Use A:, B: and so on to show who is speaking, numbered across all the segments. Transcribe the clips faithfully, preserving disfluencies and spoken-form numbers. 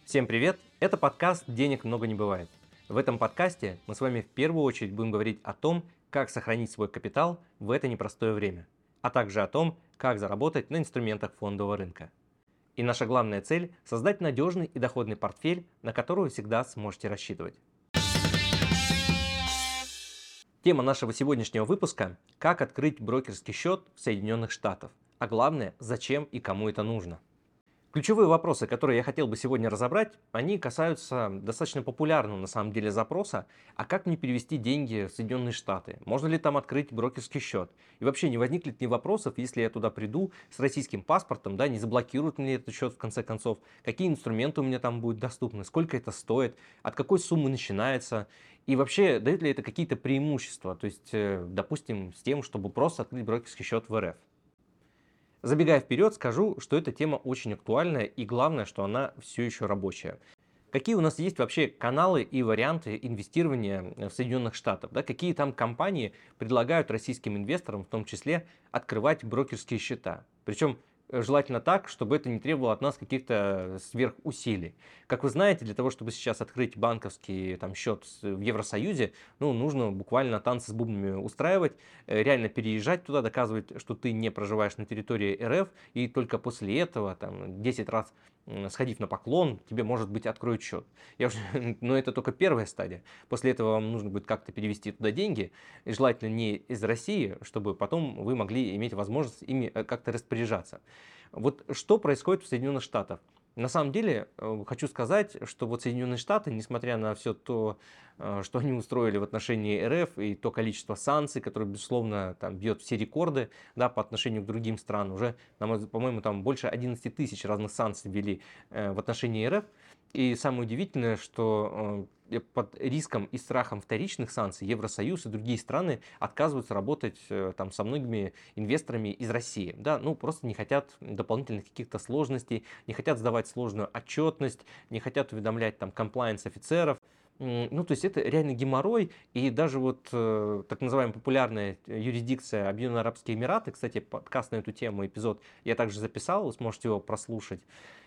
A: Всем привет! Это подкаст «Денег много не бывает». В этом подкасте мы с вами в первую очередь будем говорить о том, как сохранить свой капитал в это непростое время, а также о том, как заработать на инструментах фондового рынка. И наша главная цель – создать надежный и доходный портфель, на который вы всегда сможете рассчитывать. Тема нашего сегодняшнего выпуска – как открыть брокерский счет в Соединенных Штатах, а главное, зачем и кому это нужно. Ключевые вопросы, которые я хотел бы сегодня разобрать, они касаются достаточно популярного на самом деле запроса, а как мне перевести деньги в Соединенные Штаты? Можно ли там открыть брокерский счет? И вообще не возникнет ли вопросов, если я туда приду с российским паспортом, да, не заблокируют мне этот счет в конце концов? Какие инструменты у меня там будут доступны? Сколько это стоит? От какой суммы начинается? И вообще, дает ли это какие-то преимущества? То есть, э, допустим, с тем, чтобы просто открыть брокерский счет в эр эф. Забегая вперед, скажу, что эта тема очень актуальная и главное, что она все еще рабочая. Какие у нас есть вообще каналы и варианты инвестирования в Соединенных Штатах? Да? Какие там компании предлагают российским инвесторам, в том числе, открывать брокерские счета? Причем э, желательно так, чтобы это не требовало от нас каких-то сверхусилий. Как вы знаете, для того, чтобы сейчас открыть банковский там, счет с- в Евросоюзе, ну, нужно буквально танцы с бубнами устраивать, э, реально переезжать туда, доказывать, что ты не проживаешь на территории эр эф, и только после этого, там, десять раз м, сходив на поклон, тебе, может быть, откроют счет. Я уже, но это только первая стадия. После этого вам нужно будет как-то перевести туда деньги, и желательно не из России, чтобы потом вы могли иметь возможность ими э, как-то распоряжаться. Вот что происходит в Соединенных Штатах? На самом деле, э, хочу сказать, что вот Соединенные Штаты, несмотря на все то, э, что они устроили в отношении эр эф и то количество санкций, которое, безусловно, там бьет все рекорды, да, по отношению к другим странам, уже, на мой взгляд, по-моему, там больше одиннадцати тысяч разных санкций ввели э, в отношении эр эф. И самое удивительное, что э, под риском и страхом вторичных санкций Евросоюз и другие страны отказываются работать э, там со многими инвесторами из России. Да, ну просто не хотят дополнительных каких-то сложностей, не хотят сдавать сложную отчетность, не хотят уведомлять там комплайенс офицеров. М, Ну, то есть это реально геморрой, и даже вот э, так называемая популярная юрисдикция Объединенные Арабские Эмираты, кстати, подкаст на эту тему, эпизод я также записал, вы сможете его прослушать.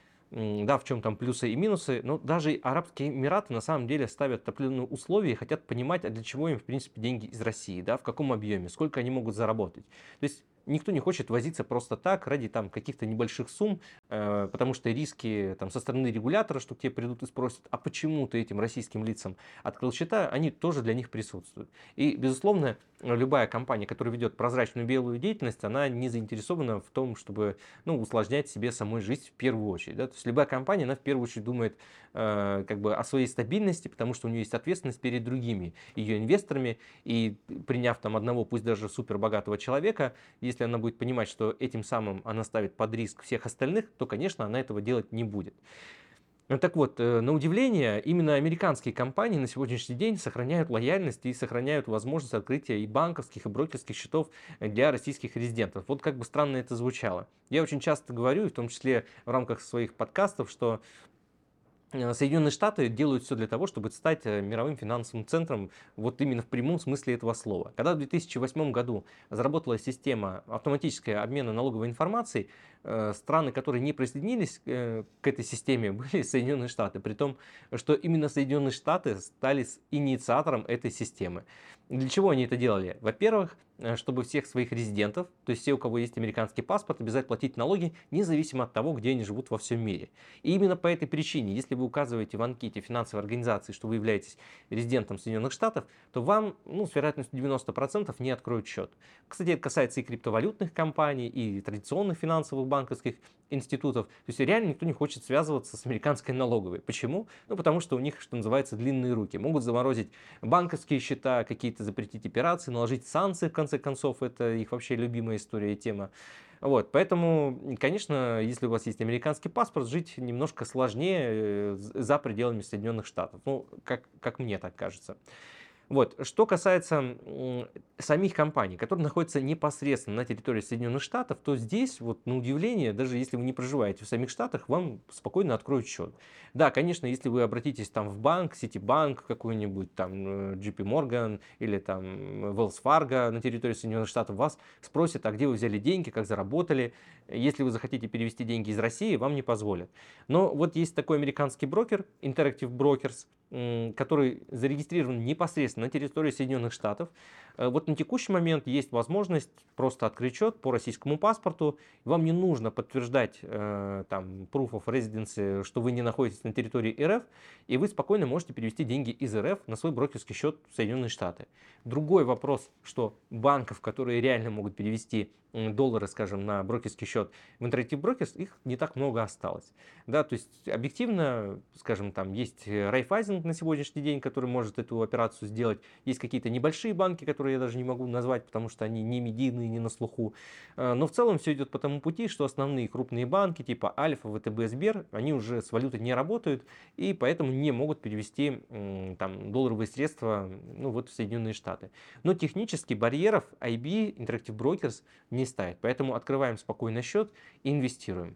A: М, Да, в чем там плюсы и минусы, но даже и Арабские Эмираты на самом деле ставят определенные условия и хотят понимать, а для чего им, в принципе, деньги из России, да, в каком объеме, сколько они могут заработать. То есть никто не хочет возиться просто так ради там каких-то небольших сумм, э, потому что риски там со стороны регулятора, что к тебе придут и спросят, а почему ты этим российским лицам открыл счета, они тоже для них присутствуют. И, безусловно, любая компания, которая ведет прозрачную белую деятельность, она не заинтересована в том, чтобы ну, усложнять себе самой жизнь в первую очередь. Да? То есть любая компания, она в первую очередь думает э, как бы о своей стабильности, потому что у нее есть ответственность перед другими ее инвесторами, и приняв там одного, пусть даже супер богатого человека, если она будет понимать, что этим самым она ставит под риск всех остальных, то, конечно, она этого делать не будет. Ну, так вот, э, на удивление, именно американские компании на сегодняшний день сохраняют лояльность и сохраняют возможность открытия и банковских, и брокерских счетов для российских резидентов. Вот как бы странно это звучало. Я очень часто говорю, и в том числе в рамках своих подкастов, что э, Соединенные Штаты делают все для того, чтобы стать э, мировым финансовым центром вот именно в прямом смысле этого слова. Когда в две тысячи восьмом году заработала система автоматического обмена налоговой информацией, э, страны, которые не присоединились э, к этой системе, были Соединенные Штаты, при том, что именно Соединенные Штаты стали с инициатором этой системы. Для чего они это делали? Во-первых, э, чтобы всех своих резидентов, то есть все, у кого есть американский паспорт, обязать платить налоги, независимо от того, где они живут во всем мире. И именно по этой причине, если вы указываете в анкете финансовой организации, что вы являетесь резидентом Соединенных Штатов, то вам ну, с вероятностью девяносто процентов не откроют счет. Кстати, это касается и криптовалютных компаний, и традиционных финансовых банковских институтов. То есть реально никто не хочет связываться с американской налоговой. Почему? Ну, потому что у них, что называется, длинные руки. Могут заморозить банковские счета, какие-то запретить операции, наложить санкции, в конце концов. Это их вообще любимая история и тема. Вот, поэтому, конечно, если у вас есть американский паспорт, жить немножко сложнее э, за пределами Соединенных Штатов. Ну, как, как мне так кажется. Вот. Что касается самих компаний, которые находятся непосредственно на территории Соединенных Штатов, то здесь, вот на удивление, даже если вы не проживаете в самих Штатах, вам спокойно откроют счет. Да, конечно, если вы обратитесь там в банк, Ситибанк какой-нибудь, там э, джей пи Morgan или там Wells Fargo на территории Соединенных Штатов, вас спросят, а где вы взяли деньги, как заработали. Если вы захотите перевести деньги из России, вам не позволят. Но вот есть такой американский брокер, Interactive Brokers, м, который зарегистрирован непосредственно на территории Соединенных Штатов. Э, Вот на текущий момент есть возможность просто открыть счет по российскому паспорту. Вам не нужно подтверждать э, там proof of residence, что вы не находитесь на территории эр эф, и вы спокойно можете перевести деньги из эр эф на свой брокерский счет в Соединенные Штаты. Другой вопрос, что банков, которые реально могут перевести м, доллары, скажем, на брокерский счет в Interactive Brokers, их не так много осталось. Да, то есть объективно, скажем, там есть Райфайзен на сегодняшний день, который может эту операцию сделать. Есть какие-то небольшие банки, которые я даже не могу назвать, потому что они не медийные, не на слуху. Э, Но в целом все идет по тому пути, что основные крупные банки типа Альфа, вэ тэ бэ, Сбер, они уже с валютой не работают и поэтому не могут перевести м, там долларовые средства, ну, вот в Соединенные Штаты. Но технически барьеров ай би, Interactive Brokers, не ставит. Поэтому открываем спокойно счет и инвестируем.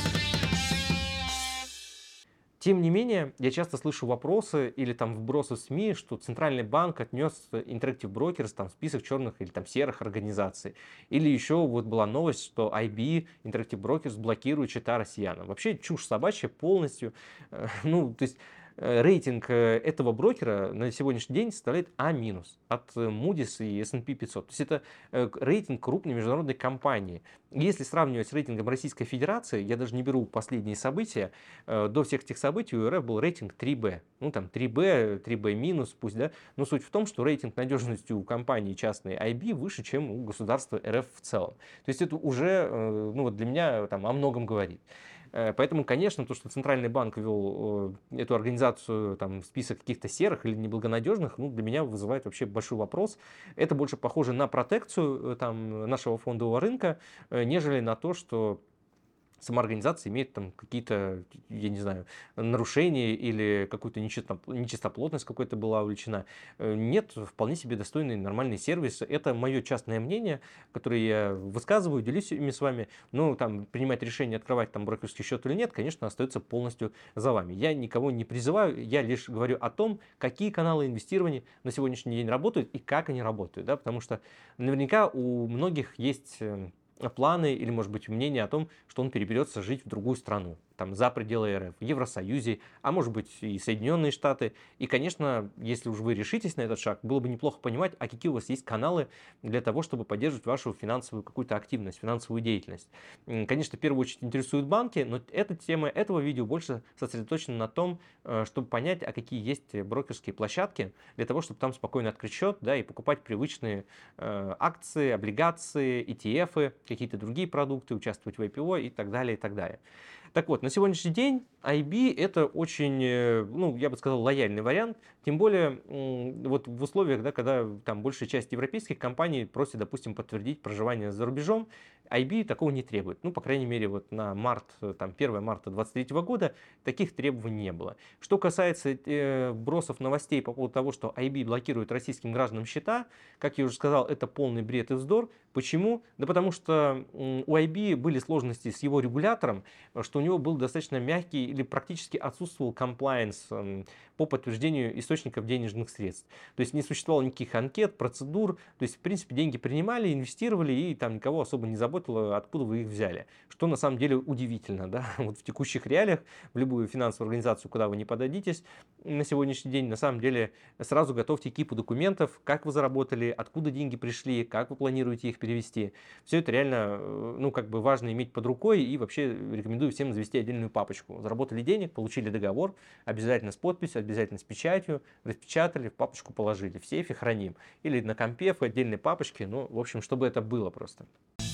A: Тем не менее, я часто слышу вопросы или там вбросы в СМИ, что Центральный банк отнес Interactive Brokers там, в список черных или там серых организаций. Или еще вот была новость, что ай би, Interactive Brokers, блокирует счета россиянам. Вообще чушь собачья полностью. Э, Ну, то есть э, рейтинг э, этого брокера на сегодняшний день составляет А- от э, Moody's и эс энд пи пятьсот. То есть это э, к- рейтинг крупной международной компании. Если сравнивать с рейтингом Российской Федерации, я даже не беру последние события, э, до всех этих событий у эр эф был рейтинг три бэ. Ну там три бэ, три бэ минус пусть, да. Но суть в том, что рейтинг надежности у компании частной ай би выше, чем у государства эр эф в целом. То есть это уже, э, ну вот для меня там о многом говорит. Э, Поэтому, конечно, то, что Центральный банк ввел э, эту организацию там, в список каких-то серых или неблагонадежных, ну, для меня вызывает вообще большой вопрос. Это больше похоже на протекцию э, там, нашего фондового рынка, э, нежели на то, что сама организация имеет там какие-то, я не знаю, нарушения или какую-то нечисто- нечистоплотность какой-то была увлечена. Э, Нет, вполне себе достойный нормальный сервис. Это мое частное мнение, которое я высказываю, делюсь ими с вами. Ну, там, принимать решение, открывать там брокерский счет или нет, конечно, остается полностью за вами. Я никого не призываю, я лишь говорю о том, какие каналы инвестирования на сегодняшний день работают и как они работают. Да? Потому что наверняка у многих есть э, планы или, может быть, мнение о том, что он переберется жить в другую страну, там, за пределы эр эф, в Евросоюзе, а может быть и Соединенные Штаты. И, конечно, если уж вы решитесь на этот шаг, было бы неплохо понимать, а какие у вас есть каналы для того, чтобы поддерживать вашу финансовую какую-то активность, финансовую деятельность. М, Конечно, в первую очередь интересуют банки, но эта тема этого видео больше сосредоточена на том, э, чтобы понять, а какие есть брокерские площадки для того, чтобы там спокойно открыть счет, да, и покупать привычные э, акции, облигации, и ти эф, какие-то другие продукты, участвовать в ай пи о и так далее, и так далее. Так вот, на сегодняшний день ай би это очень, э, ну, я бы сказал, лояльный вариант, тем более м, вот в условиях, да, когда там большая часть европейских компаний просит, допустим, подтвердить проживание за рубежом, ай би такого не требует. Ну, по крайней мере, вот на март, э, там, первое марта две тысячи двадцать третьего года таких требований не было. Что касается э, бросов новостей по поводу того, что ай би блокирует российским гражданам счета, как я уже сказал, это полный бред и вздор. Почему? Да потому что м, у ай би были сложности с его регулятором, что у него был достаточно мягкий или практически отсутствовал комплайенс по подтверждению источников денежных средств. То есть не существовало никаких анкет, процедур. То есть, в принципе, деньги принимали, инвестировали, и там никого особо не заботило, откуда вы их взяли. Что на самом деле удивительно. Да? Вот в текущих реалиях, в любую финансовую организацию, куда вы не подадитесь на сегодняшний день, на самом деле сразу готовьте кипу документов, как вы заработали, откуда деньги пришли, как вы планируете их перевести. Все это реально, э, ну, как бы важно иметь под рукой, и вообще рекомендую всем завести отдельную папочку. Заработали денег, получили договор, обязательно с подписью, обязательно с печатью, распечатали, в папочку положили, в сейфе храним. Или на компе в отдельной папочке, ну, в общем, чтобы это было просто.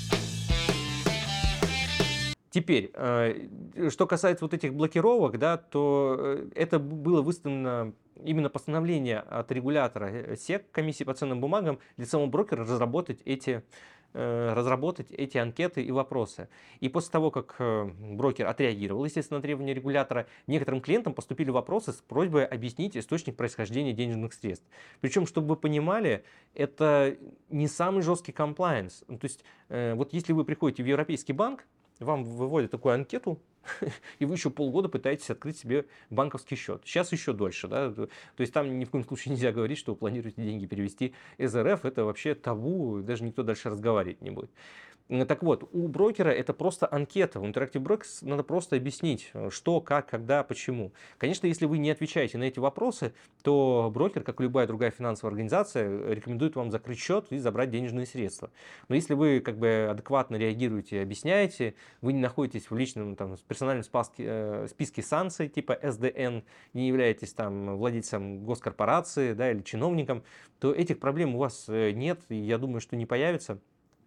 A: Теперь, э, что касается вот этих блокировок, да, то э, это б- было выставлено именно постановление от регулятора э, сек, комиссии по ценным бумагам, для самого брокера разработать эти э, разработать эти анкеты и вопросы. И после того, как э, брокер отреагировал, естественно, на требования регулятора, некоторым клиентам поступили вопросы с просьбой объяснить источник происхождения денежных средств. Причем, чтобы вы понимали, это не самый жесткий комплайенс. Ну, то есть, э, вот если вы приходите в Европейский банк, вам выводят такую анкету, и вы еще полгода пытаетесь открыть себе банковский счет. Сейчас еще дольше. Да? То то есть там ни в коем случае нельзя говорить, что вы планируете деньги перевести из эр эф. Это вообще табу, даже никто дальше разговаривать не будет. М, Так вот, у брокера это просто анкета. В Interactive Brokers надо просто объяснить, э, что, как, когда, почему. Конечно, если вы не отвечаете на эти вопросы, то брокер, как и любая другая финансовая организация, э, рекомендует вам закрыть счет и забрать денежные средства. Но если вы как бы адекватно реагируете и объясняете, вы не находитесь в личном там, персональном спаске, э, списке санкций типа эс дэ эн, не являетесь там владельцем госкорпорации, да, или чиновником, то этих проблем у вас э, нет, и я думаю, что не появится.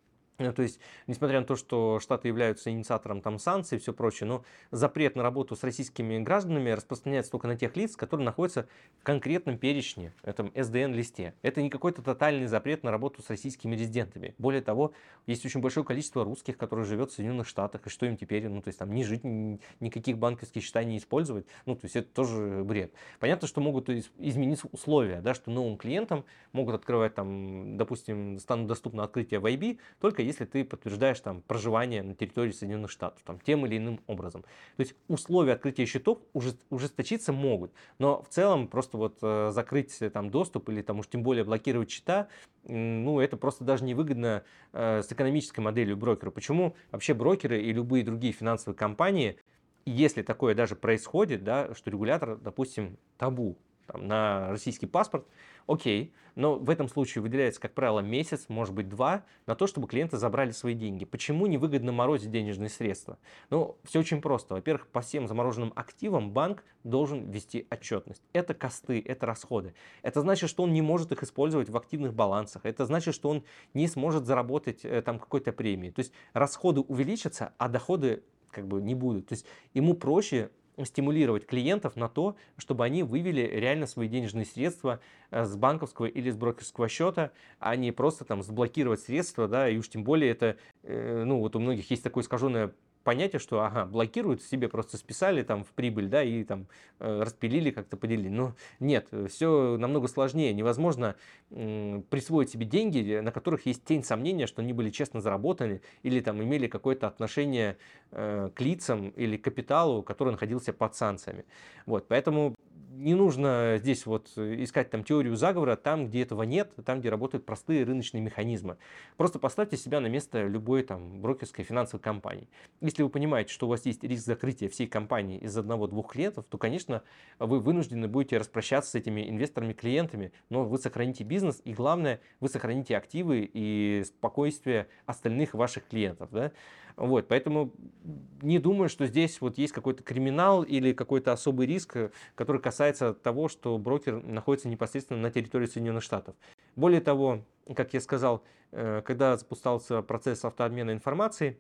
A: Э, То есть, несмотря на то, что Штаты являются инициатором там санкций и все прочее, но запрет на работу с российскими гражданами распространяется только на тех лиц, которые находятся в конкретном перечне, этом эс дэ эн-листе. Это не какой-то тотальный запрет на работу с российскими резидентами. Более того, есть очень большое количество русских, которые живет в Соединенных Штатах, и что им теперь, ну, то есть там не жить, ни- никаких банковских счета не использовать, ну, то есть это тоже бред. Понятно, что могут из- изменить условия, да, что новым клиентам могут открывать там, допустим, станут доступно открытие в ай би, только если ты подтверждаешь там проживание на территории Соединенных Штатов там, тем или иным образом. То есть условия открытия счетов ужес- ужесточиться могут, но в целом просто вот э, закрыть э, там доступ или там уж тем более блокировать счета, м, ну это просто даже невыгодно э, с экономической моделью брокера. Почему вообще брокеры и любые другие финансовые компании, если такое даже происходит, да, что регулятор, допустим, табу там, на российский паспорт, окей, но в этом случае выделяется, как правило, месяц, может быть, два, на то, чтобы клиенты забрали свои деньги. Почему невыгодно морозить денежные средства? Ну, все очень просто. Во-первых, по всем замороженным активам банк должен вести отчетность. Это косты, это расходы. Это значит, что он не может их использовать в активных балансах. Это значит, что он не сможет заработать э, там какой-то премии. То есть расходы увеличатся, а доходы как бы не будут. То есть ему проще стимулировать клиентов на то, чтобы они вывели реально свои денежные средства э, с банковского или с брокерского счета, а не просто там заблокировать средства, да, и уж тем более это, э, ну вот у многих есть такое искаженное понятие, что, ага, блокируют, себе просто списали там в прибыль, да, и там э, распилили, как-то поделили. Но нет, все намного сложнее. Невозможно м, присвоить себе деньги, на которых есть тень сомнения, что они были честно заработаны или там имели какое-то отношение э, к лицам или к капиталу, который находился под санкциями. Вот, поэтому не нужно здесь вот искать там теорию заговора там, где этого нет, там, где работают простые рыночные механизмы. Просто поставьте себя на место любой там брокерской финансовой компании. Если вы понимаете, что у вас есть риск закрытия всей компании из одного-двух клиентов, то, конечно, вы вынуждены будете распрощаться с этими инвесторами-клиентами, но вы сохраните бизнес и, главное, вы сохраните активы и спокойствие остальных ваших клиентов. Да? Вот, поэтому не думаю, что здесь вот есть какой-то криминал или какой-то особый риск, э, который касается того, что брокер находится непосредственно на территории Соединенных Штатов. Более того, как я сказал, э, когда запускался процесс автообмена информацией,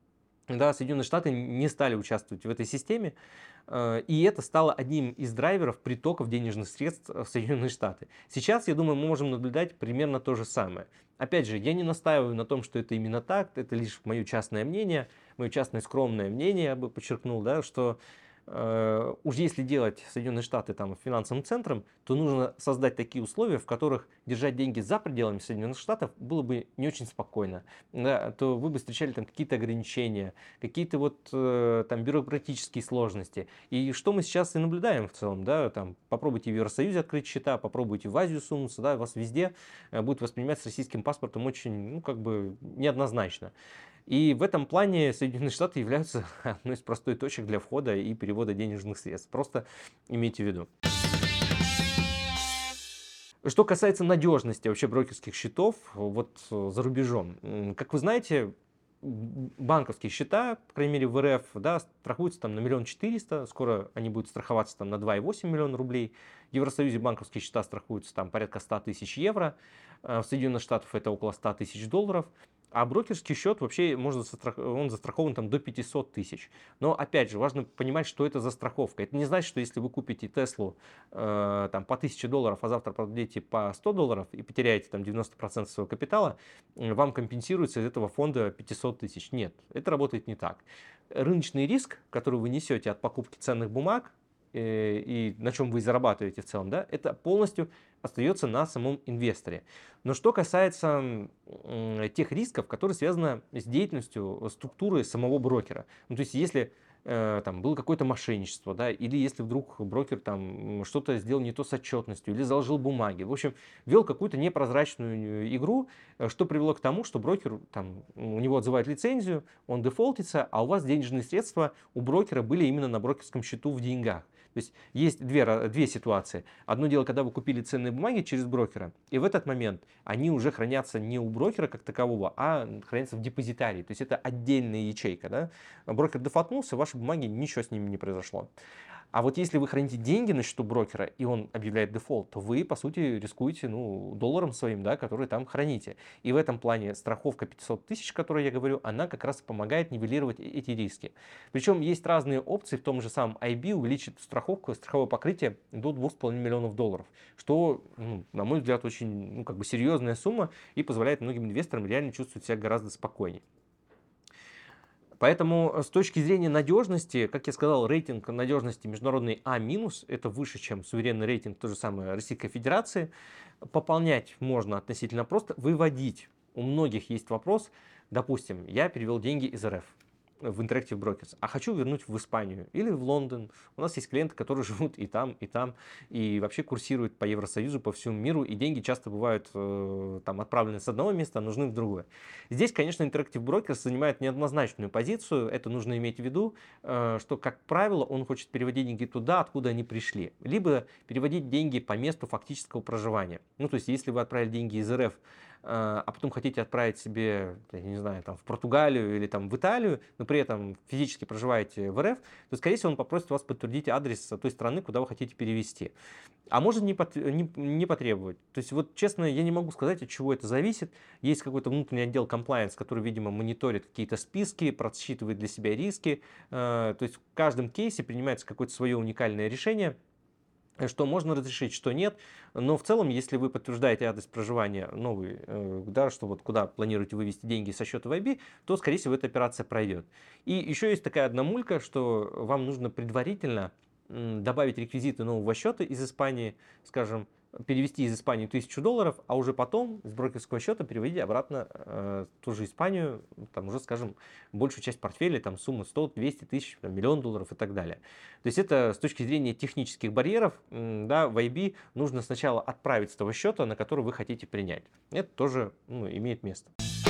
A: да, Соединенные Штаты не стали участвовать в этой системе, э, и это стало одним из драйверов притоков денежных средств в Соединенные Штаты. Сейчас, я думаю, мы можем наблюдать примерно то же самое. Опять же, я не настаиваю на том, что это именно так, это лишь мое частное мнение, мое частное скромное мнение, я бы подчеркнул, да, что э, уж если делать Соединенные Штаты там финансовым центром, то нужно создать такие условия, в которых держать деньги за пределами Соединенных Штатов было бы не очень спокойно, да, то вы бы встречали там какие-то ограничения, какие-то вот э, там бюрократические сложности. И что мы сейчас и наблюдаем в целом, да, там попробуйте в Евросоюзе открыть счета, попробуйте в Азию сунуться, да, вас везде э, будет воспринимать с российским паспортом очень, ну, как бы неоднозначно. И в этом плане Соединенные Штаты являются одной из простой точек для входа и перевода денежных средств. Просто имейте в виду. Что касается надежности вообще брокерских счетов вот э, за рубежом. М, Как вы знаете, м, банковские счета, по крайней мере в эр эф, да, страхуются там на миллион четыреста, скоро они будут страховаться там на два и восемь миллиона рублей. В Евросоюзе банковские счета страхуются там порядка ста тысяч евро, э, в Соединенных Штатах это около ста тысяч долларов. А брокерский счет вообще можно застрах- он застрахован там до пятисот тысяч. Но опять же, важно понимать, что это за страховка. Это не значит, что если вы купите Теслу э, там, по тысяче долларов, а завтра продадите по сто долларов и потеряете там девяносто процентов своего капитала, м, вам компенсируется из этого фонда пятьсот тысяч. Нет, это работает не так. Рыночный риск, который вы несете от покупки ценных бумаг, э, и на чем вы зарабатываете в целом, да, это полностью остается на самом инвесторе. Но что касается м, тех рисков, которые связаны с деятельностью э, структуры самого брокера. Ну, то есть, если э, там было какое-то мошенничество, да, или если вдруг брокер там м, что-то сделал не то с отчетностью, или заложил бумаги, в общем, вел какую-то непрозрачную э, игру, э, что привело к тому, что брокер, там, у него отзывают лицензию, он дефолтится, а у вас денежные средства у брокера были именно на брокерском счету в деньгах. То есть есть две, ра- две ситуации. Одно дело, когда вы купили ценные бумаги через брокера, и в этот момент они уже хранятся не у брокера как такового, а хранятся в депозитарии. То есть это отдельная ячейка. Да? Брокер дефолтнулся, ваши бумаги, ничего с ними не произошло. А вот если вы храните деньги на счету брокера, и он объявляет дефолт, то вы, по сути, рискуете ну, долларом своим, да, который там храните. И в этом плане страховка пятьсот тысяч, о которой я говорю, она как раз помогает нивелировать эти риски. Причем есть разные опции, в том же самом ай би увеличит страховку, страховое покрытие до двух с половиной миллионов долларов, что, ну, на мой взгляд, очень ну, как бы серьезная сумма и позволяет многим инвесторам реально чувствовать себя гораздо спокойнее. Поэтому э, с точки зрения надежности, как я сказал, рейтинг надежности международный А-, это выше, чем суверенный рейтинг той же самой Российской Федерации. Пополнять можно относительно просто, выводить. У многих есть вопрос, допустим, я перевел деньги из эр эф в Interactive Brokers, а хочу вернуть в Испанию или в Лондон. У нас есть клиенты, которые живут и там, и там, и вообще курсируют по Евросоюзу, по всему миру, и деньги часто бывают э, там отправлены с одного места, а нужны в другое. Здесь, конечно, Interactive Brokers занимает неоднозначную позицию, это нужно иметь в виду, э, что, как правило, он хочет переводить деньги туда, откуда они пришли, либо переводить деньги по месту фактического проживания. Ну, то есть, если вы отправили деньги из эр эф, а потом хотите отправить себе, я не знаю, там, в Португалию или там, в Италию, но при этом физически проживаете в эр эф, то, скорее всего, он попросит вас подтвердить адрес той страны, куда вы хотите перевести. А может не, пот- не, не потребовать. То есть, вот честно, я не могу сказать, от чего это зависит. Есть какой-то внутренний отдел compliance, который, видимо, мониторит какие-то списки, просчитывает для себя риски. Э, То есть, в каждом кейсе принимается какое-то свое уникальное решение, что можно разрешить, что нет. Но в целом, если вы подтверждаете адрес проживания новый, э, да, что вот куда планируете вывести деньги со счета в ай би, то, скорее всего, эта операция пройдет. И еще есть такая одна мулька, что вам нужно предварительно м, добавить реквизиты нового счета из Испании, скажем, перевести из Испании тысячу долларов, а уже потом с брокерского счета переводить обратно э, в ту же Испанию, там уже, скажем, большую часть портфеля, там сумма сто двести тысяч, там, миллион долларов и так далее. То есть это с точки зрения технических барьеров, м, да, в ай би нужно сначала отправить с того счета, на который вы хотите принять. Это тоже ну, имеет место.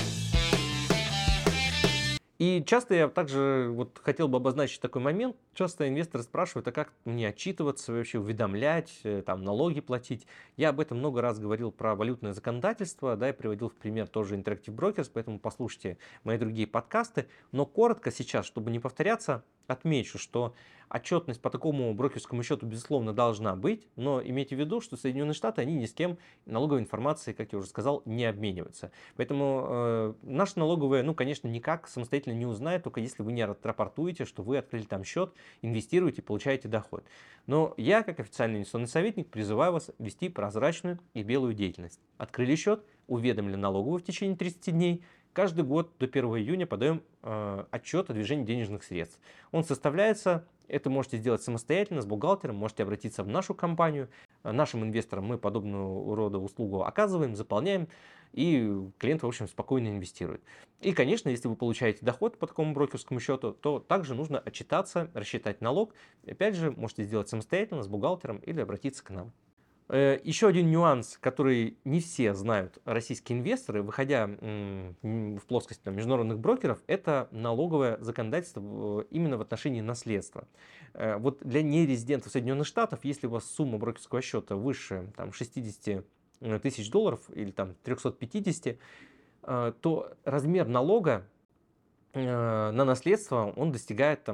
A: И часто я также вот хотел бы обозначить такой момент. Часто инвесторы спрашивают, а как мне отчитываться, вообще уведомлять, э, там, налоги платить. Я об этом много раз говорил про валютное законодательство, да, и приводил в пример тоже Interactive Brokers, поэтому послушайте мои другие подкасты. Но коротко сейчас, чтобы не повторяться, отмечу, что отчетность по такому брокерскому счету, безусловно, должна быть, но имейте в виду, что Соединенные Штаты, они ни с кем налоговой информацией, как я уже сказал, не обмениваются. Поэтому э, наша налоговая, ну, конечно, никак самостоятельно не узнает, только если вы не отрапортуете, что вы открыли там счет, инвестируете, получаете доход. Но я, как официальный инвестиционный советник, призываю вас вести прозрачную и белую деятельность. Открыли счет, уведомили налоговую в течение тридцати дней. Каждый год до первого июня подаем э, отчет о движении денежных средств. Он составляется, это можете сделать самостоятельно с бухгалтером, можете обратиться в нашу компанию. Э, Нашим инвесторам мы подобного рода услугу оказываем, заполняем, и клиент, в общем, спокойно инвестирует. И, конечно, если вы получаете доход по такому брокерскому счету, то также нужно отчитаться, рассчитать налог. Опять же, можете сделать самостоятельно с бухгалтером или обратиться к нам. Э, Еще один нюанс, который не все знают российские инвесторы, выходя м, м, в плоскость там, международных брокеров, это налоговое законодательство в- именно в отношении наследства. Э, Вот для нерезидентов Соединенных Штатов, если у вас сумма брокерского счета выше там, шестидесяти тысяч долларов или там трёхсот пятидесяти, э, то размер налога э, на наследство, он достигает там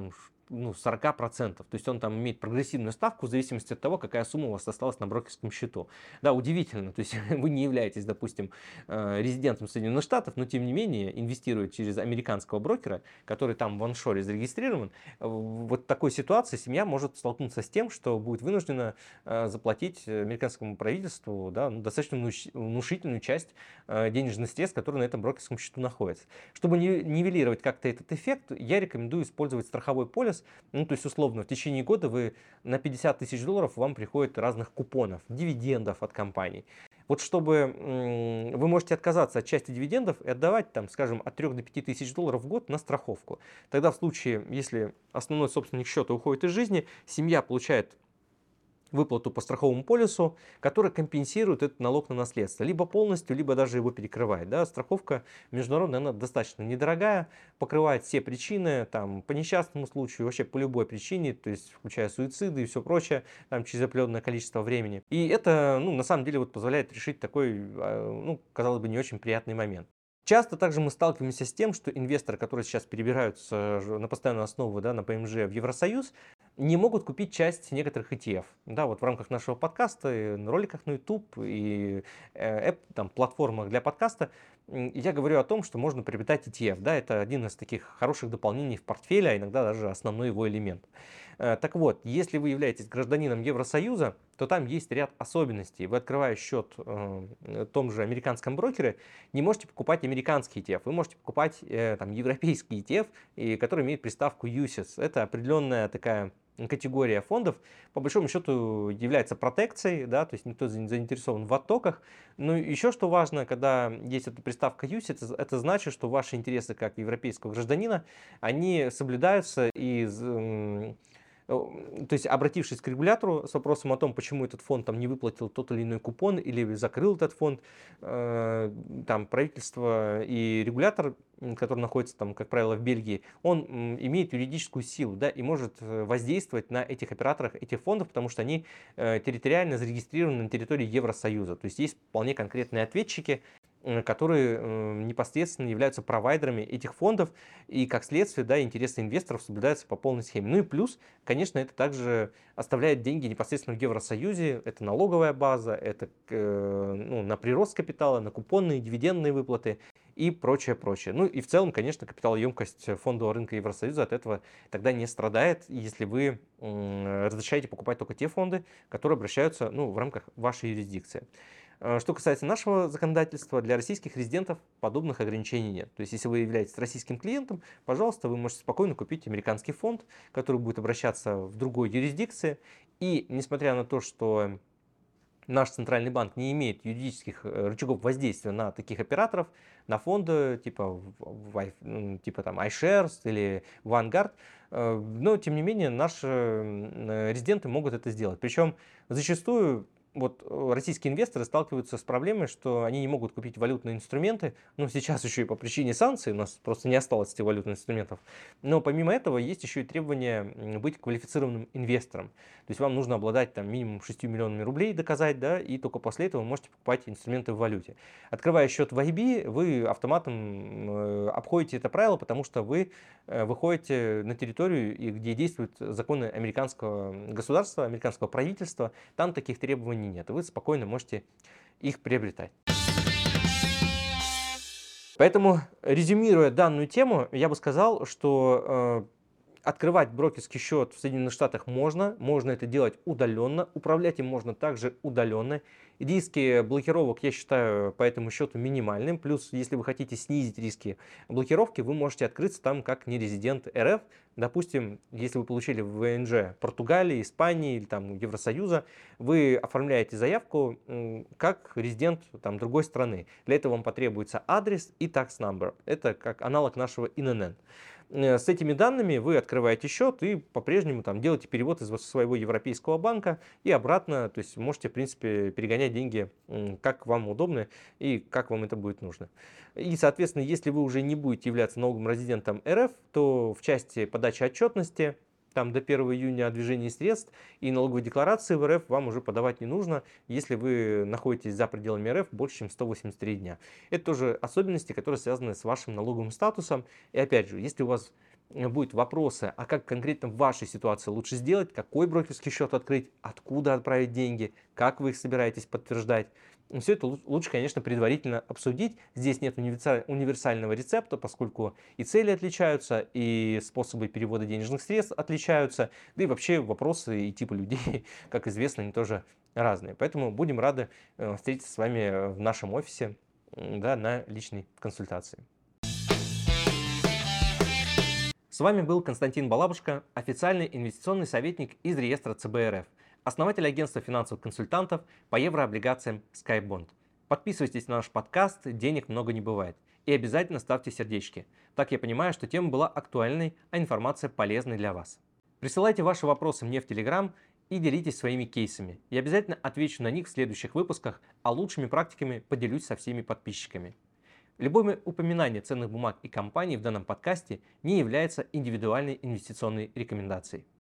A: ну, сорок процентов. То есть он там имеет прогрессивную ставку в зависимости от того, какая сумма у вас осталась на брокерском счету. Да, удивительно. То есть вы не являетесь, допустим, э, резидентом Соединенных Штатов, но тем не менее инвестируете через американского брокера, который там в аншоре зарегистрирован. В вот такой ситуации семья может столкнуться с тем, что будет вынуждена э, заплатить американскому правительству, да, ну, достаточно внушительную часть э, денежных средств, которые на этом брокерском счету находятся. Чтобы нивелировать как-то этот эффект, я рекомендую использовать страховой полис. Ну, то есть, условно, в течение года вы на пятьдесят тысяч долларов вам приходит разных купонов, дивидендов от компаний. Вот чтобы вы можете отказаться от части дивидендов и отдавать, там, скажем, от трёх до пяти тысяч долларов в год на страховку. Тогда в случае, если основной собственник счета уходит из жизни, семья получает выплату по страховому полису, который компенсирует этот налог на наследство. Либо полностью, либо даже его перекрывает. Да? Страховка международная, она достаточно недорогая, покрывает все причины, там, по несчастному случаю, вообще по любой причине, то есть включая суициды и все прочее, там, через определенное количество времени. И это, ну, на самом деле, вот, позволяет решить такой, ну, казалось бы, не очень приятный момент. Часто также мы сталкиваемся с тем, что инвесторы, которые сейчас перебираются на постоянную основу, да, на ПМЖ в Евросоюз, не могут купить часть некоторых и ти эф. Да, вот в рамках нашего подкаста, и на роликах на YouTube и э, App, там, платформах для подкаста я говорю о том, что можно приобретать и ти эф. Да, это один из таких хороших дополнений в портфеле, а иногда даже основной его элемент. Э, так вот, если вы являетесь гражданином Евросоюза, то там есть ряд особенностей. Вы, открывая счет э, в том же американском брокере, не можете покупать американский и ти эф. Вы можете покупать э, там, европейский и ти эф, и, который имеет приставку ю сис. Это определенная такая категория фондов, по большому счету, является протекцией, да, то есть никто не заинтересован в оттоках. Но еще что важно, когда есть эта приставка ю сис, это, это значит, что ваши интересы как европейского гражданина, они соблюдаются и то есть, обратившись к регулятору с вопросом о том, почему этот фонд там не выплатил тот или иной купон или закрыл этот фонд, э, там правительство и регулятор, который находится там, как правило, в Бельгии, он имеет юридическую силу, да, и может воздействовать на этих операторах этих фондов, потому что они э, территориально зарегистрированы на территории Евросоюза. То есть есть вполне конкретные ответчики, которые э, непосредственно являются провайдерами этих фондов, и как следствие, да, интересы инвесторов соблюдаются по полной схеме. Ну и плюс, конечно, это также оставляет деньги непосредственно в Евросоюзе, это налоговая база, это э, ну, на прирост капитала, на купонные, дивидендные выплаты и прочее, прочее. Ну и в целом, конечно, капиталоемкость фондового рынка Евросоюза от этого тогда не страдает, если вы э, разрешаете покупать только те фонды, которые обращаются, ну, в рамках вашей юрисдикции. Что касается нашего законодательства, для российских резидентов подобных ограничений нет. То есть, если вы являетесь российским клиентом, пожалуйста, вы можете спокойно купить американский фонд, который будет обращаться в другой юрисдикции. И несмотря на то, что наш центральный банк не имеет юридических рычагов воздействия на таких операторов, на фонды типа, типа там iShares или Vanguard, но тем не менее наши резиденты могут это сделать. Причем зачастую вот российские инвесторы сталкиваются с проблемой, что они не могут купить валютные инструменты. Ну, сейчас еще и по причине санкций у нас просто не осталось этих валютных инструментов. Но помимо этого есть еще и требование быть квалифицированным инвестором. То есть вам нужно обладать там минимум шестью миллионами рублей, доказать, да, и только после этого вы можете покупать инструменты в валюте. Открывая счет в ай би, вы автоматом обходите это правило, потому что вы выходите на территорию, где действуют законы американского государства, американского правительства. Там таких требований нет, вы спокойно можете их приобретать. Поэтому, резюмируя данную тему, я бы сказал, что э, открывать брокерский счет в Соединенных Штатах можно, можно это делать удаленно, управлять им можно также удаленно. Риски блокировок, я считаю, по этому счету минимальным. Плюс, если вы хотите снизить риски блокировки, вы можете открыться там как нерезидент эр эф. Допустим, если вы получили вэ эн жэ Португалии, Испании или там Евросоюза, вы оформляете заявку как резидент там, другой страны. Для этого вам потребуется адрес и tax number. Это как аналог нашего ин эн эн. С этими данными вы открываете счет и по-прежнему там делаете перевод из своего европейского банка и обратно, то есть можете, в принципе, перегонять деньги как вам удобно и как вам это будет нужно. И, соответственно, если вы уже не будете являться налоговым резидентом эр эф, то в части подачи отчетности там до первого июня о движении средств и налоговой декларации в эр эф вам уже подавать не нужно, если вы находитесь за пределами эр эф больше, чем сто восемьдесят три дня. Это тоже особенности, которые связаны с вашим налоговым статусом. И опять же, если у вас э, будут вопросы, а как конкретно в вашей ситуации лучше сделать, какой брокерский счет открыть, откуда отправить деньги, как вы их собираетесь подтверждать. Все это лу- лучше, конечно, предварительно обсудить. Здесь нет универса- универсального рецепта, поскольку и цели отличаются, и способы перевода денежных средств отличаются, да и вообще вопросы и типы людей, как известно, они тоже разные. Поэтому будем рады э, встретиться с вами в нашем офисе, м, да, на личной консультации. С вами был Константин Балабушка, официальный инвестиционный советник из реестра цэ бэ эр эф, основатель агентства финансовых консультантов по еврооблигациям SkyBond. Подписывайтесь на наш подкаст «Денег много не бывает» и обязательно ставьте сердечки. Так я понимаю, что тема была актуальной, а информация полезной для вас. Присылайте ваши вопросы мне в Телеграм и делитесь своими кейсами. Я обязательно отвечу на них в следующих выпусках, а лучшими практиками поделюсь со всеми подписчиками. Любое упоминание ценных бумаг и компаний в данном подкасте не является индивидуальной инвестиционной рекомендацией.